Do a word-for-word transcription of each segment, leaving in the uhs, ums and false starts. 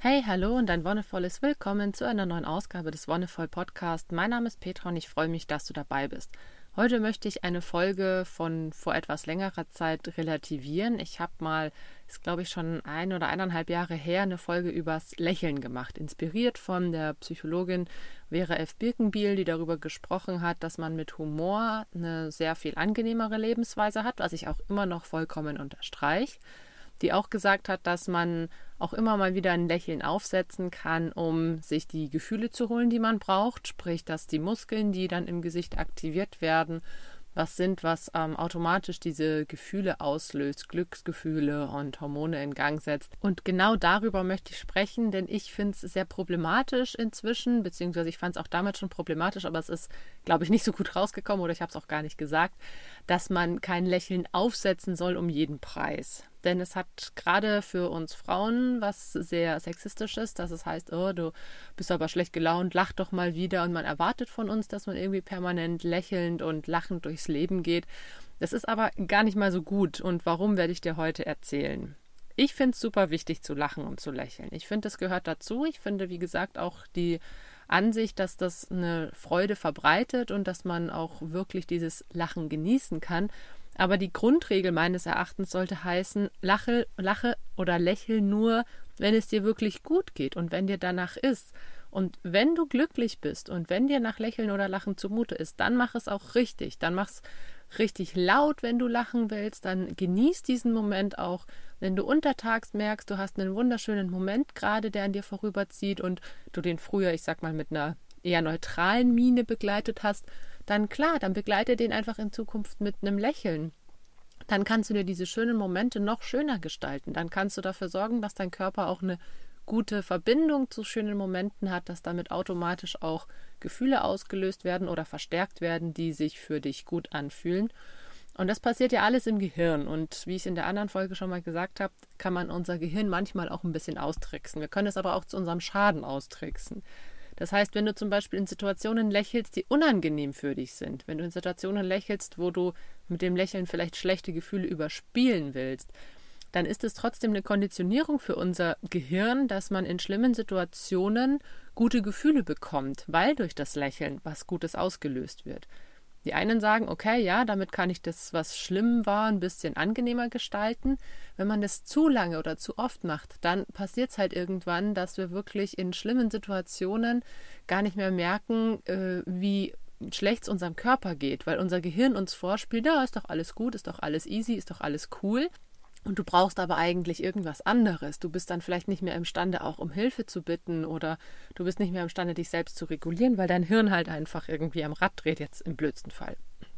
Hey, hallo und ein wonnevolles Willkommen zu einer neuen Ausgabe des Wonnevoll Podcast. Mein Name ist Petra und ich freue mich, dass du dabei bist. Heute möchte ich eine Folge von vor etwas längerer Zeit relativieren. Ich habe mal, ist glaube ich schon ein oder eineinhalb Jahre her, eine Folge übers Lächeln gemacht, inspiriert von der Psychologin Vera F. Birkenbiel, die darüber gesprochen hat, dass man mit Humor eine sehr viel angenehmere Lebensweise hat, was ich auch immer noch vollkommen unterstreiche. Die auch gesagt hat, dass man auch immer mal wieder ein Lächeln aufsetzen kann, um sich die Gefühle zu holen, die man braucht. Sprich, dass die Muskeln, die dann im Gesicht aktiviert werden, was sind, was ähm, automatisch diese Gefühle auslöst, Glücksgefühle und Hormone in Gang setzt. Und genau darüber möchte ich sprechen, denn ich finde es sehr problematisch inzwischen, beziehungsweise ich fand es auch damals schon problematisch, aber es ist, glaube ich, nicht so gut rausgekommen oder ich habe es auch gar nicht gesagt, dass man kein Lächeln aufsetzen soll um jeden Preis. Denn es hat gerade für uns Frauen was sehr Sexistisches, dass es heißt, oh, du bist aber schlecht gelaunt, lach doch mal wieder. Und man erwartet von uns, dass man irgendwie permanent lächelnd und lachend durchs Leben geht. Das ist aber gar nicht mal so gut. Und warum, werde ich dir heute erzählen. Ich finde es super wichtig zu lachen und zu lächeln. Ich finde, das gehört dazu. Ich finde, wie gesagt, auch die Ansicht, dass das eine Freude verbreitet und dass man auch wirklich dieses Lachen genießen kann. Aber die Grundregel meines Erachtens sollte heißen, lache, lache oder lächel nur, wenn es dir wirklich gut geht und wenn dir danach ist. Und wenn du glücklich bist und wenn dir nach Lächeln oder Lachen zumute ist, dann mach es auch richtig. Dann mach es richtig laut, wenn du lachen willst. Dann genieß diesen Moment auch. Wenn du untertags merkst, du hast einen wunderschönen Moment gerade, der an dir vorüberzieht und du den früher, ich sag mal, mit einer eher neutralen Miene begleitet hast, dann klar, dann begleite den einfach in Zukunft mit einem Lächeln. Dann kannst du dir diese schönen Momente noch schöner gestalten. Dann kannst du dafür sorgen, dass dein Körper auch eine gute Verbindung zu schönen Momenten hat, dass damit automatisch auch Gefühle ausgelöst werden oder verstärkt werden, die sich für dich gut anfühlen. Und das passiert ja alles im Gehirn. Und wie ich in der anderen Folge schon mal gesagt habe, kann man unser Gehirn manchmal auch ein bisschen austricksen. Wir können es aber auch zu unserem Schaden austricksen. Das heißt, wenn du zum Beispiel in Situationen lächelst, die unangenehm für dich sind, wenn du in Situationen lächelst, wo du mit dem Lächeln vielleicht schlechte Gefühle überspielen willst, dann ist es trotzdem eine Konditionierung für unser Gehirn, dass man in schlimmen Situationen gute Gefühle bekommt, weil durch das Lächeln was Gutes ausgelöst wird. Die einen sagen, okay, ja, damit kann ich das, was schlimm war, ein bisschen angenehmer gestalten. Wenn man das zu lange oder zu oft macht, dann passiert es halt irgendwann, dass wir wirklich in schlimmen Situationen gar nicht mehr merken, äh, wie schlecht es unserem Körper geht, weil unser Gehirn uns vorspielt, ja, ist doch alles gut, ist doch alles easy, ist doch alles cool. Und du brauchst aber eigentlich irgendwas anderes. Du bist dann vielleicht nicht mehr imstande, auch um Hilfe zu bitten oder du bist nicht mehr imstande, dich selbst zu regulieren, weil dein Hirn halt einfach irgendwie am Rad dreht, jetzt im blödsten Fall.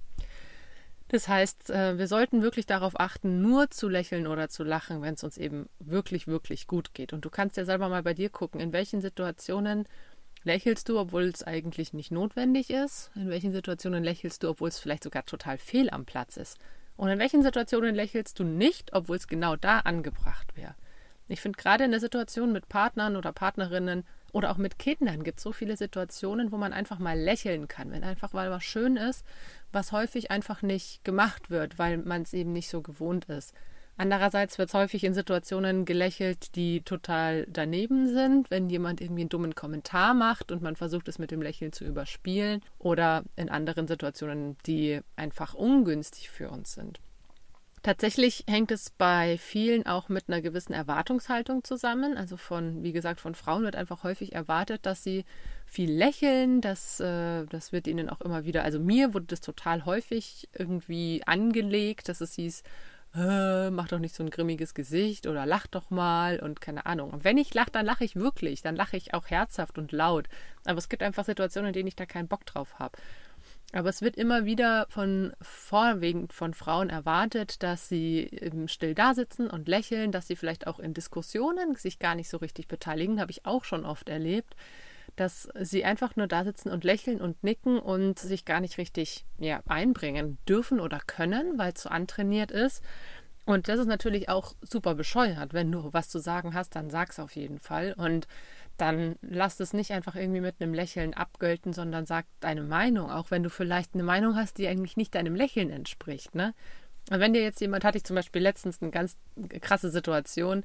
Das heißt, wir sollten wirklich darauf achten, nur zu lächeln oder zu lachen, wenn es uns eben wirklich, wirklich gut geht. Und du kannst ja selber mal bei dir gucken, in welchen Situationen lächelst du, obwohl es eigentlich nicht notwendig ist? In welchen Situationen lächelst du, obwohl es vielleicht sogar total fehl am Platz ist? Und in welchen Situationen lächelst du nicht, obwohl es genau da angebracht wäre? Ich finde, gerade in der Situation mit Partnern oder Partnerinnen oder auch mit Kindern gibt es so viele Situationen, wo man einfach mal lächeln kann, wenn einfach mal was schön ist, was häufig einfach nicht gemacht wird, weil man es eben nicht so gewohnt ist. Andererseits wird häufig in Situationen gelächelt, die total daneben sind, wenn jemand irgendwie einen dummen Kommentar macht und man versucht, es mit dem Lächeln zu überspielen oder in anderen Situationen, die einfach ungünstig für uns sind. Tatsächlich hängt es bei vielen auch mit einer gewissen Erwartungshaltung zusammen. Also von, wie gesagt, von Frauen wird einfach häufig erwartet, dass sie viel lächeln. Das, äh, das wird ihnen auch immer wieder, also mir wurde das total häufig irgendwie angelegt, dass es hieß, mach doch nicht so ein grimmiges Gesicht oder lach doch mal und keine Ahnung. Und wenn ich lache, dann lache ich wirklich. Dann lache ich auch herzhaft und laut. Aber es gibt einfach Situationen, in denen ich da keinen Bock drauf habe. Aber es wird immer wieder von vorwiegend von Frauen erwartet, dass sie still da sitzen und lächeln, dass sie vielleicht auch in Diskussionen sich gar nicht so richtig beteiligen. Habe ich auch schon oft erlebt, dass sie einfach nur da sitzen und lächeln und nicken und sich gar nicht richtig ja, einbringen dürfen oder können, weil es so antrainiert ist. Und das ist natürlich auch super bescheuert. Wenn du was zu sagen hast, dann sag's auf jeden Fall. Und dann lass es nicht einfach irgendwie mit einem Lächeln abgelten, sondern sag deine Meinung, auch wenn du vielleicht eine Meinung hast, die eigentlich nicht deinem Lächeln entspricht, ne? Und wenn dir jetzt jemand, hatte ich zum Beispiel letztens eine ganz krasse Situation,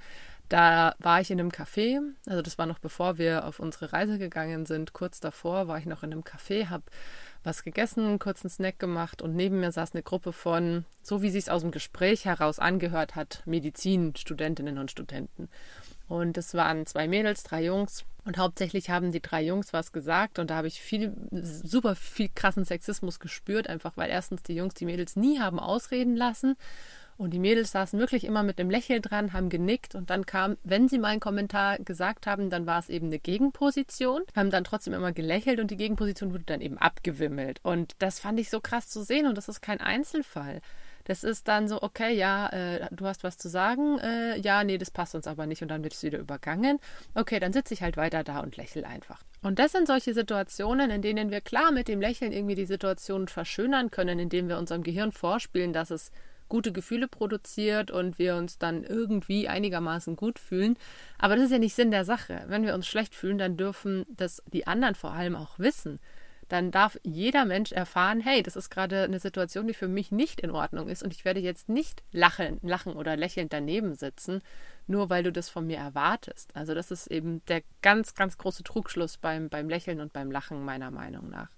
Da war ich in einem Café, also das war noch bevor wir auf unsere Reise gegangen sind. Kurz davor war ich noch in einem Café, habe was gegessen, einen kurzen Snack gemacht und neben mir saß eine Gruppe von, so wie sie es aus dem Gespräch heraus angehört hat, Medizinstudentinnen und Studenten. Und es waren zwei Mädels, drei Jungs und hauptsächlich haben die drei Jungs was gesagt und da habe ich viel, super viel krassen Sexismus gespürt, einfach weil erstens die Jungs die Mädels nie haben ausreden lassen. Und die Mädels saßen wirklich immer mit dem Lächeln dran, haben genickt und dann kam, wenn sie mal einen Kommentar gesagt haben, dann war es eben eine Gegenposition, haben dann trotzdem immer gelächelt und die Gegenposition wurde dann eben abgewimmelt. Und das fand ich so krass zu sehen und das ist kein Einzelfall. Das ist dann so, okay, ja, äh, du hast was zu sagen, äh, ja, nee, das passt uns aber nicht und dann wird es wieder übergangen. Okay, dann sitze ich halt weiter da und lächle einfach. Und das sind solche Situationen, in denen wir klar mit dem Lächeln irgendwie die Situation verschönern können, indem wir unserem Gehirn vorspielen, dass es gute Gefühle produziert und wir uns dann irgendwie einigermaßen gut fühlen. Aber das ist ja nicht Sinn der Sache. Wenn wir uns schlecht fühlen, dann dürfen das die anderen vor allem auch wissen. Dann darf jeder Mensch erfahren, hey, das ist gerade eine Situation, die für mich nicht in Ordnung ist und ich werde jetzt nicht lachen, lachen oder lächelnd daneben sitzen, nur weil du das von mir erwartest. Also das ist eben der ganz, ganz große Trugschluss beim, beim Lächeln und beim Lachen meiner Meinung nach.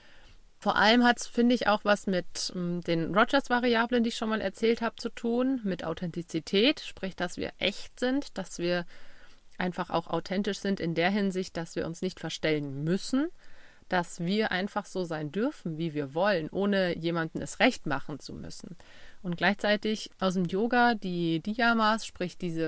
Vor allem hat es, finde ich, auch was mit ähm, den Rogers-Variablen, die ich schon mal erzählt habe, zu tun, mit Authentizität, sprich, dass wir echt sind, dass wir einfach auch authentisch sind in der Hinsicht, dass wir uns nicht verstellen müssen, dass wir einfach so sein dürfen, wie wir wollen, ohne jemandem es recht machen zu müssen. Und gleichzeitig aus dem Yoga die Niyamas, sprich diese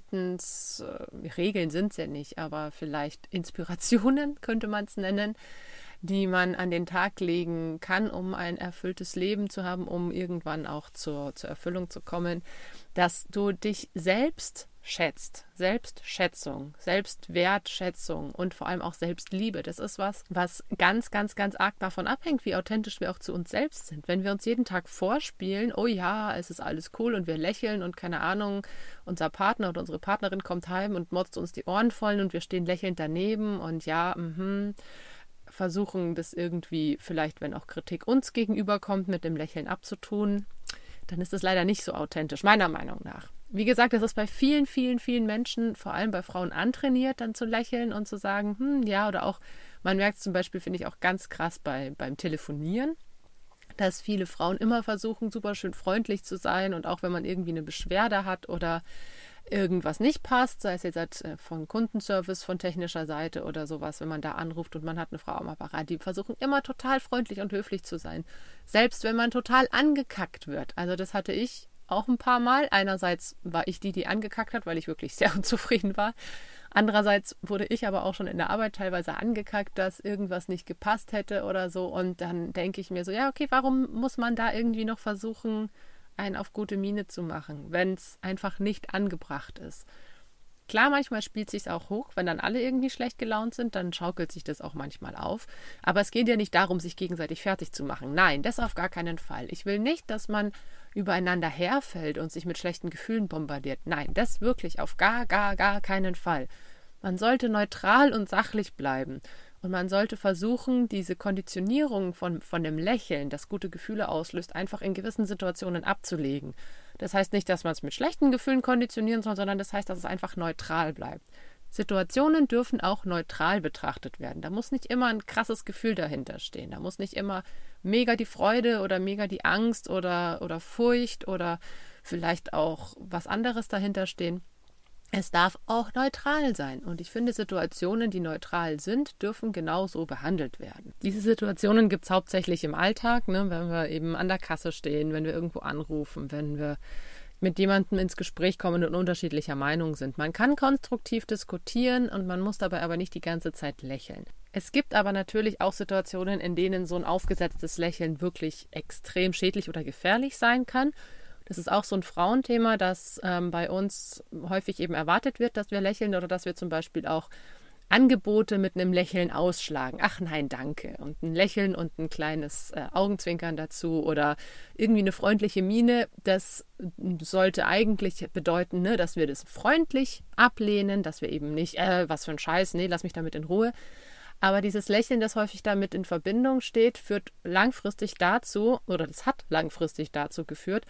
Verhaltensregeln sind es ja nicht, aber vielleicht Inspirationen könnte man es nennen, die man an den Tag legen kann, um ein erfülltes Leben zu haben, um irgendwann auch zur, zur Erfüllung zu kommen, dass du dich selbst schätzt. Selbstschätzung, Selbstwertschätzung und vor allem auch Selbstliebe. Das ist was, was ganz, ganz, ganz arg davon abhängt, wie authentisch wir auch zu uns selbst sind. Wenn wir uns jeden Tag vorspielen, oh ja, es ist alles cool und wir lächeln und keine Ahnung, unser Partner oder unsere Partnerin kommt heim und motzt uns die Ohren voll und wir stehen lächelnd daneben und ja, mhm, versuchen das irgendwie vielleicht, wenn auch Kritik uns gegenüberkommt, mit dem Lächeln abzutun, dann ist das leider nicht so authentisch, meiner Meinung nach. Wie gesagt, das ist bei vielen, vielen, vielen Menschen, vor allem bei Frauen antrainiert, dann zu lächeln und zu sagen, hm, ja, oder auch, man merkt es zum Beispiel, finde ich auch ganz krass bei, beim Telefonieren, dass viele Frauen immer versuchen, super schön freundlich zu sein und auch wenn man irgendwie eine Beschwerde hat oder irgendwas nicht passt, sei es jetzt von Kundenservice, von technischer Seite oder sowas, wenn man da anruft und man hat eine Frau am Apparat, die versuchen immer total freundlich und höflich zu sein. Selbst wenn man total angekackt wird. Also das hatte ich auch ein paar Mal. Einerseits war ich die, die angekackt hat, weil ich wirklich sehr unzufrieden war. Andererseits wurde ich aber auch schon in der Arbeit teilweise angekackt, dass irgendwas nicht gepasst hätte oder so. Und dann denke ich mir so, ja, okay, warum muss man da irgendwie noch versuchen, einen auf gute Miene zu machen, wenn es einfach nicht angebracht ist. Klar, manchmal spielt es sich auch hoch, wenn dann alle irgendwie schlecht gelaunt sind, dann schaukelt sich das auch manchmal auf. Aber es geht ja nicht darum, sich gegenseitig fertig zu machen. Nein, das auf gar keinen Fall. Ich will nicht, dass man übereinander herfällt und sich mit schlechten Gefühlen bombardiert. Nein, das wirklich auf gar, gar, gar keinen Fall. Man sollte neutral und sachlich bleiben. Und man sollte versuchen, diese Konditionierung von, von dem Lächeln, das gute Gefühle auslöst, einfach in gewissen Situationen abzulegen. Das heißt nicht, dass man es mit schlechten Gefühlen konditionieren soll, sondern das heißt, dass es einfach neutral bleibt. Situationen dürfen auch neutral betrachtet werden. Da muss nicht immer ein krasses Gefühl dahinter stehen. Da muss nicht immer mega die Freude oder mega die Angst oder, oder Furcht oder vielleicht auch was anderes dahinter stehen. Es darf auch neutral sein. Und ich finde, Situationen, die neutral sind, dürfen genauso behandelt werden. Diese Situationen gibt es hauptsächlich im Alltag, ne, wenn wir eben an der Kasse stehen, wenn wir irgendwo anrufen, wenn wir mit jemandem ins Gespräch kommen und unterschiedlicher Meinung sind. Man kann konstruktiv diskutieren und man muss dabei aber nicht die ganze Zeit lächeln. Es gibt aber natürlich auch Situationen, in denen so ein aufgesetztes Lächeln wirklich extrem schädlich oder gefährlich sein kann. Das ist auch so ein Frauenthema, das ähm, bei uns häufig eben erwartet wird, dass wir lächeln oder dass wir zum Beispiel auch Angebote mit einem Lächeln ausschlagen. Ach nein, danke. Und ein Lächeln und ein kleines äh, Augenzwinkern dazu oder irgendwie eine freundliche Miene. Das sollte eigentlich bedeuten, ne, dass wir das freundlich ablehnen, dass wir eben nicht, äh, was für ein Scheiß, nee, lass mich damit in Ruhe. Aber dieses Lächeln, das häufig damit in Verbindung steht, führt langfristig dazu, oder das hat langfristig dazu geführt,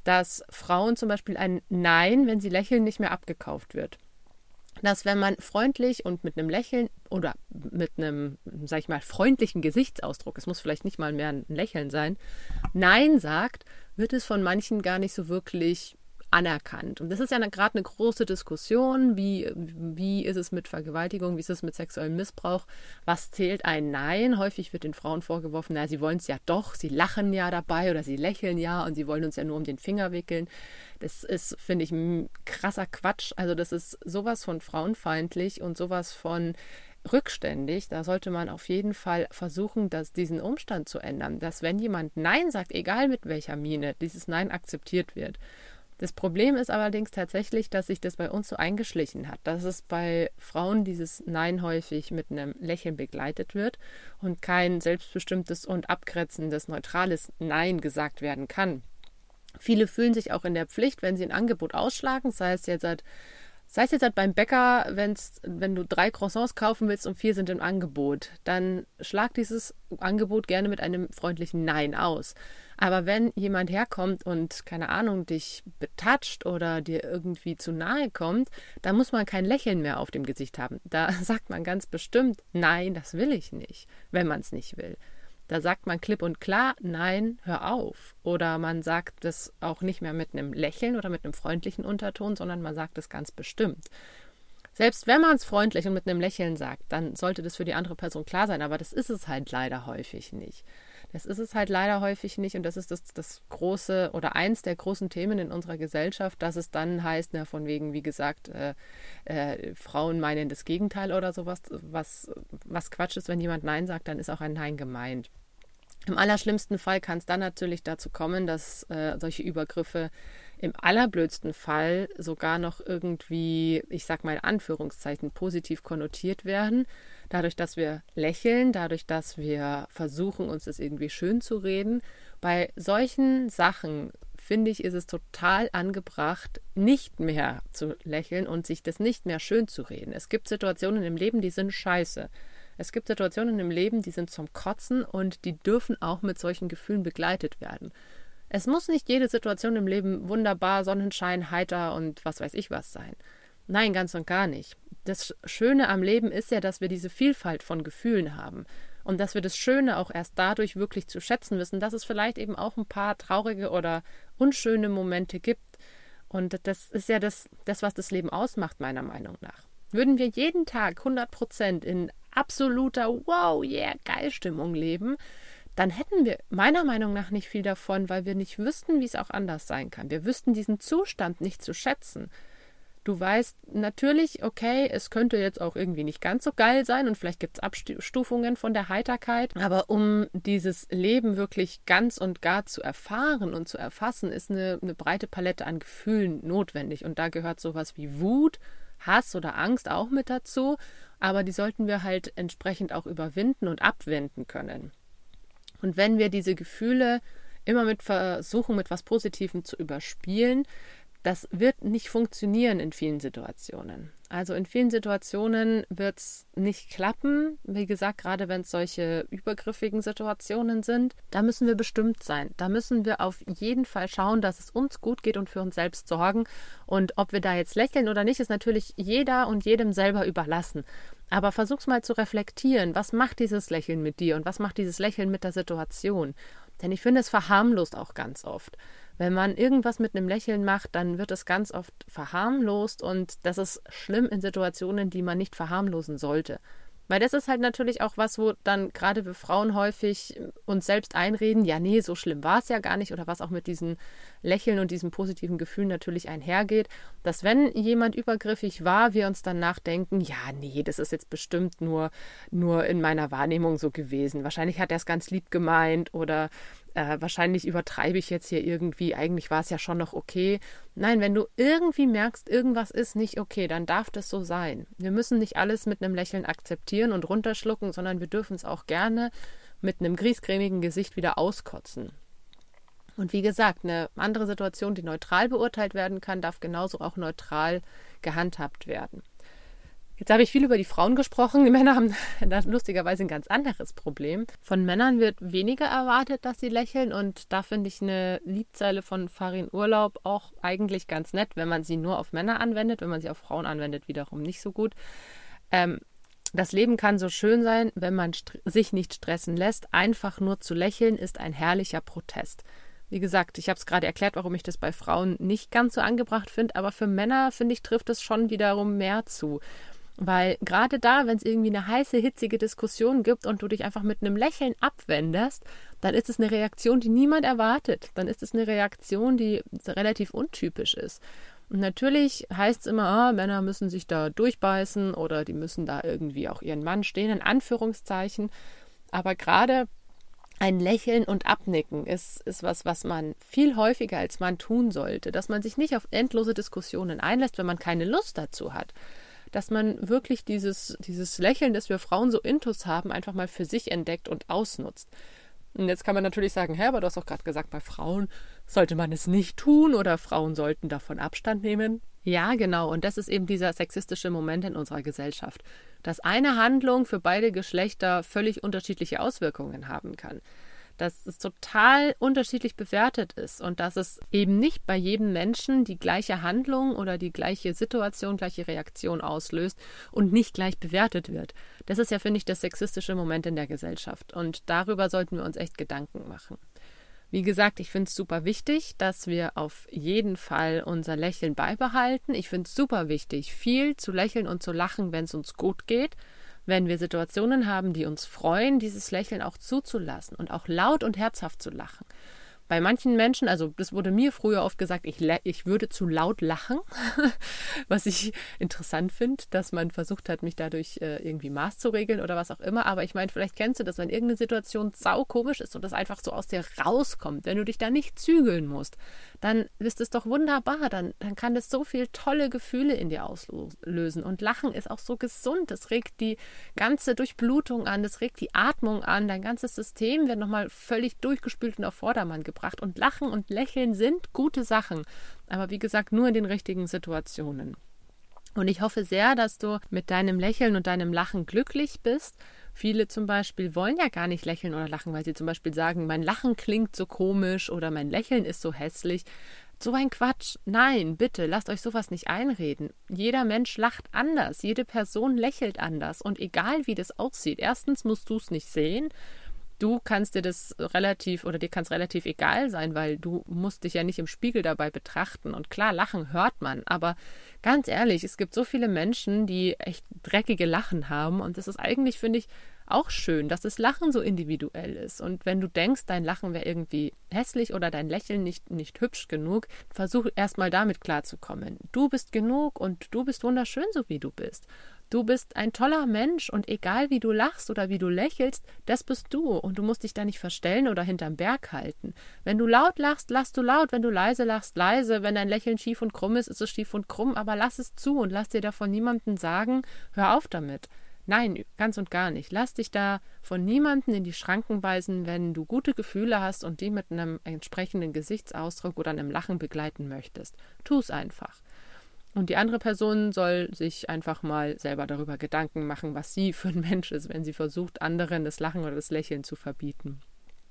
dass Frauen zum Beispiel ein Nein, wenn sie lächeln, nicht mehr abgekauft wird. Dass wenn man freundlich und mit einem Lächeln oder mit einem, sag ich mal, freundlichen Gesichtsausdruck, es muss vielleicht nicht mal mehr ein Lächeln sein, Nein sagt, wird es von manchen gar nicht so wirklich anerkannt. Und das ist ja gerade eine große Diskussion, wie, wie ist es mit Vergewaltigung, wie ist es mit sexuellem Missbrauch, was zählt ein Nein? Häufig wird den Frauen vorgeworfen, na, sie wollen es ja doch, sie lachen ja dabei oder sie lächeln ja und sie wollen uns ja nur um den Finger wickeln. Das ist, finde ich, ein krasser Quatsch. Also das ist sowas von frauenfeindlich und sowas von rückständig. Da sollte man auf jeden Fall versuchen, dass diesen Umstand zu ändern, dass wenn jemand Nein sagt, egal mit welcher Miene, dieses Nein akzeptiert wird. Das Problem ist allerdings tatsächlich, dass sich das bei uns so eingeschlichen hat, dass es bei Frauen dieses Nein häufig mit einem Lächeln begleitet wird und kein selbstbestimmtes und abgrenzendes, neutrales Nein gesagt werden kann. Viele fühlen sich auch in der Pflicht, wenn sie ein Angebot ausschlagen, sei es jetzt halt Sei es jetzt halt beim Bäcker, wenn's, wenn du drei Croissants kaufen willst und vier sind im Angebot, dann schlag dieses Angebot gerne mit einem freundlichen Nein aus. Aber wenn jemand herkommt und, keine Ahnung, dich betatscht oder dir irgendwie zu nahe kommt, dann muss man kein Lächeln mehr auf dem Gesicht haben. Da sagt man ganz bestimmt, nein, das will ich nicht, wenn man es nicht will. Da sagt man klipp und klar, nein, hör auf. Oder man sagt das auch nicht mehr mit einem Lächeln oder mit einem freundlichen Unterton, sondern man sagt es ganz bestimmt. Selbst wenn man es freundlich und mit einem Lächeln sagt, dann sollte das für die andere Person klar sein, aber das ist es halt leider häufig nicht. Das ist es halt leider häufig nicht und das ist das, das große oder eins der großen Themen in unserer Gesellschaft, dass es dann heißt, na, von wegen, wie gesagt, äh, äh, Frauen meinen das Gegenteil oder sowas, was, was Quatsch ist, wenn jemand Nein sagt, dann ist auch ein Nein gemeint. Im allerschlimmsten Fall kann es dann natürlich dazu kommen, dass äh, solche Übergriffe im allerblödsten Fall sogar noch irgendwie, ich sag mal in Anführungszeichen, positiv konnotiert werden. Dadurch, dass wir lächeln, dadurch, dass wir versuchen, uns das irgendwie schön zu reden. Bei solchen Sachen, finde ich, ist es total angebracht, nicht mehr zu lächeln und sich das nicht mehr schön zu reden. Es gibt Situationen im Leben, die sind scheiße. Es gibt Situationen im Leben, die sind zum Kotzen und die dürfen auch mit solchen Gefühlen begleitet werden. Es muss nicht jede Situation im Leben wunderbar, Sonnenschein, heiter und was weiß ich was sein. Nein, ganz und gar nicht. Das Schöne am Leben ist ja, dass wir diese Vielfalt von Gefühlen haben und dass wir das Schöne auch erst dadurch wirklich zu schätzen wissen, dass es vielleicht eben auch ein paar traurige oder unschöne Momente gibt. Und das ist ja das, das was das Leben ausmacht, meiner Meinung nach. Würden wir jeden Tag hundert Prozent in absoluter wow, yeah, geil Stimmung leben, dann hätten wir meiner Meinung nach nicht viel davon, weil wir nicht wüssten, wie es auch anders sein kann. Wir wüssten diesen Zustand nicht zu schätzen. Du weißt natürlich, okay, es könnte jetzt auch irgendwie nicht ganz so geil sein und vielleicht gibt es Abstufungen von der Heiterkeit, aber um dieses Leben wirklich ganz und gar zu erfahren und zu erfassen, ist eine, eine breite Palette an Gefühlen notwendig und da gehört sowas wie Wut, Hass oder Angst auch mit dazu, aber die sollten wir halt entsprechend auch überwinden und abwenden können. Und wenn wir diese Gefühle immer mit versuchen, mit was Positivem zu überspielen, das wird nicht funktionieren in vielen Situationen. Also in vielen Situationen wird es nicht klappen. Wie gesagt, gerade wenn es solche übergriffigen Situationen sind, da müssen wir bestimmt sein. Da müssen wir auf jeden Fall schauen, dass es uns gut geht und für uns selbst sorgen. Und ob wir da jetzt lächeln oder nicht, ist natürlich jeder und jedem selber überlassen. Aber versuch's mal zu reflektieren. Was macht dieses Lächeln mit dir und was macht dieses Lächeln mit der Situation? Denn ich finde, es verharmlost auch ganz oft. Wenn man irgendwas mit einem Lächeln macht, dann wird es ganz oft verharmlost und das ist schlimm in Situationen, die man nicht verharmlosen sollte. Weil das ist halt natürlich auch was, wo dann gerade wir Frauen häufig uns selbst einreden, ja nee, so schlimm war es ja gar nicht oder was auch mit diesen Lächeln und diesen positiven Gefühlen natürlich einhergeht, dass wenn jemand übergriffig war, wir uns dann nachdenken, ja nee, das ist jetzt bestimmt nur, nur in meiner Wahrnehmung so gewesen. Wahrscheinlich hat er es ganz lieb gemeint oder äh, wahrscheinlich übertreibe ich jetzt hier irgendwie, eigentlich war es ja schon noch okay. Nein, wenn du irgendwie merkst, irgendwas ist nicht okay, dann darf das so sein. Wir müssen nicht alles mit einem Lächeln akzeptieren und runterschlucken, sondern wir dürfen es auch gerne mit einem griesgrämigen Gesicht wieder auskotzen. Und wie gesagt, eine andere Situation, die neutral beurteilt werden kann, darf genauso auch neutral gehandhabt werden. Jetzt habe ich viel über die Frauen gesprochen. Die Männer haben da lustigerweise ein ganz anderes Problem. Von Männern wird weniger erwartet, dass sie lächeln. Und da finde ich eine Liedzeile von Farin Urlaub auch eigentlich ganz nett, wenn man sie nur auf Männer anwendet. Wenn man sie auf Frauen anwendet, wiederum nicht so gut. Ähm, das Leben kann so schön sein, wenn man st- sich nicht stressen lässt. Einfach nur zu lächeln ist ein herrlicher Protest. Wie gesagt, ich habe es gerade erklärt, warum ich das bei Frauen nicht ganz so angebracht finde. Aber für Männer, finde ich, trifft es schon wiederum mehr zu. Weil gerade da, wenn es irgendwie eine heiße, hitzige Diskussion gibt und du dich einfach mit einem Lächeln abwendest, dann ist es eine Reaktion, die niemand erwartet. Dann ist es eine Reaktion, die relativ untypisch ist. Und natürlich heißt es immer, ah, Männer müssen sich da durchbeißen oder die müssen da irgendwie auch ihren Mann stehen, in Anführungszeichen. Aber gerade ein Lächeln und Abnicken ist, ist was, was man viel häufiger als Mann tun sollte. Dass man sich nicht auf endlose Diskussionen einlässt, wenn man keine Lust dazu hat. Dass man wirklich dieses, dieses Lächeln, das wir Frauen so intus haben, einfach mal für sich entdeckt und ausnutzt. Und jetzt kann man natürlich sagen, hä, aber du hast doch gerade gesagt, bei Frauen sollte man es nicht tun oder Frauen sollten davon Abstand nehmen. Ja, genau. Und das ist eben dieser sexistische Moment in unserer Gesellschaft. Dass eine Handlung für beide Geschlechter völlig unterschiedliche Auswirkungen haben kann. Dass es total unterschiedlich bewertet ist und dass es eben nicht bei jedem Menschen die gleiche Handlung oder die gleiche Situation, gleiche Reaktion auslöst und nicht gleich bewertet wird. Das ist ja, finde ich, das sexistische Moment in der Gesellschaft und darüber sollten wir uns echt Gedanken machen. Wie gesagt, ich finde es super wichtig, dass wir auf jeden Fall unser Lächeln beibehalten. Ich finde es super wichtig, viel zu lächeln und zu lachen, wenn es uns gut geht. Wenn wir Situationen haben, die uns freuen, dieses Lächeln auch zuzulassen und auch laut und herzhaft zu lachen. Bei manchen Menschen, also das wurde mir früher oft gesagt, ich, ich würde zu laut lachen, was ich interessant finde, dass man versucht hat, mich dadurch äh, irgendwie Maß zu regeln oder was auch immer. Aber ich meine, vielleicht kennst du das, wenn irgendeine Situation saukomisch ist und das einfach so aus dir rauskommt, wenn du dich da nicht zügeln musst, dann ist es doch wunderbar. Dann, dann kann das so viel tolle Gefühle in dir auslösen. Und Lachen ist auch so gesund. Es regt die ganze Durchblutung an, es regt die Atmung an, dein ganzes System wird nochmal völlig durchgespült und auf Vordermann gebracht. Und Lachen und Lächeln sind gute Sachen, aber wie gesagt, nur in den richtigen Situationen. Und ich hoffe sehr, dass du mit deinem Lächeln und deinem Lachen glücklich bist. Viele zum Beispiel wollen ja gar nicht lächeln oder lachen, weil sie zum Beispiel sagen, mein Lachen klingt so komisch oder mein Lächeln ist so hässlich. So ein Quatsch. Nein, bitte, lasst euch sowas nicht einreden. Jeder Mensch lacht anders, jede Person lächelt anders und egal wie das aussieht, erstens musst du es nicht sehen. Du kannst dir das relativ oder dir kann es relativ egal sein, weil du musst dich ja nicht im Spiegel dabei betrachten. Und klar, Lachen hört man, aber ganz ehrlich, es gibt so viele Menschen, die echt dreckige Lachen haben und das ist eigentlich, finde ich, auch schön, dass das Lachen so individuell ist. Und wenn du denkst, dein Lachen wäre irgendwie hässlich oder dein Lächeln nicht, nicht hübsch genug, versuch erstmal damit klarzukommen. Du bist genug und du bist wunderschön, so wie du bist. Du bist ein toller Mensch und egal wie du lachst oder wie du lächelst, das bist du und du musst dich da nicht verstellen oder hinterm Berg halten. Wenn du laut lachst, lachst du laut, wenn du leise lachst, leise, wenn dein Lächeln schief und krumm ist, ist es schief und krumm, aber lass es zu und lass dir davon niemanden sagen, hör auf damit. Nein, ganz und gar nicht. Lass dich da von niemanden in die Schranken weisen, wenn du gute Gefühle hast und die mit einem entsprechenden Gesichtsausdruck oder einem Lachen begleiten möchtest. Tu es einfach. Und die andere Person soll sich einfach mal selber darüber Gedanken machen, was sie für ein Mensch ist, wenn sie versucht, anderen das Lachen oder das Lächeln zu verbieten.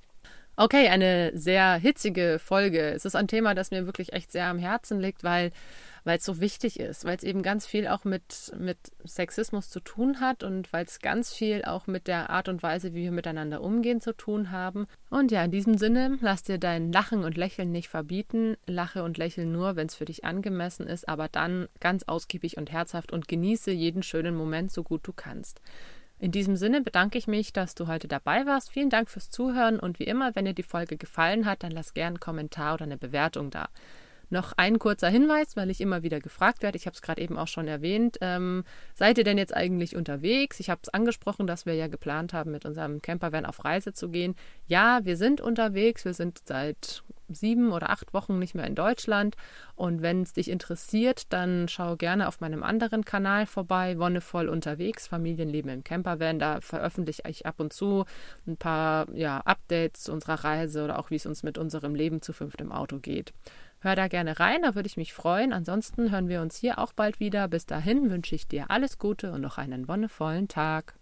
Okay, eine sehr hitzige Folge. Es ist ein Thema, das mir wirklich echt sehr am Herzen liegt, weil weil es so wichtig ist, weil es eben ganz viel auch mit, mit Sexismus zu tun hat und weil es ganz viel auch mit der Art und Weise, wie wir miteinander umgehen, zu tun haben. Und ja, in diesem Sinne, lass dir dein Lachen und Lächeln nicht verbieten. Lache und lächle nur, wenn es für dich angemessen ist, aber dann ganz ausgiebig und herzhaft und genieße jeden schönen Moment, so gut du kannst. In diesem Sinne bedanke ich mich, dass du heute dabei warst. Vielen Dank fürs Zuhören und wie immer, wenn dir die Folge gefallen hat, dann lass gerne einen Kommentar oder eine Bewertung da. Noch ein kurzer Hinweis, weil ich immer wieder gefragt werde, ich habe es gerade eben auch schon erwähnt, ähm, seid ihr denn jetzt eigentlich unterwegs? Ich habe es angesprochen, dass wir ja geplant haben, mit unserem Campervan auf Reise zu gehen. Ja, wir sind unterwegs, wir sind seit sieben oder acht Wochen nicht mehr in Deutschland und wenn es dich interessiert, dann schau gerne auf meinem anderen Kanal vorbei, Wonnevoll unterwegs, Familienleben im Campervan, da veröffentliche ich ab und zu ein paar ja, Updates unserer Reise oder auch wie es uns mit unserem Leben zu fünft im Auto geht. Hör da gerne rein, da würde ich mich freuen. Ansonsten hören wir uns hier auch bald wieder. Bis dahin wünsche ich dir alles Gute und noch einen wonnevollen Tag.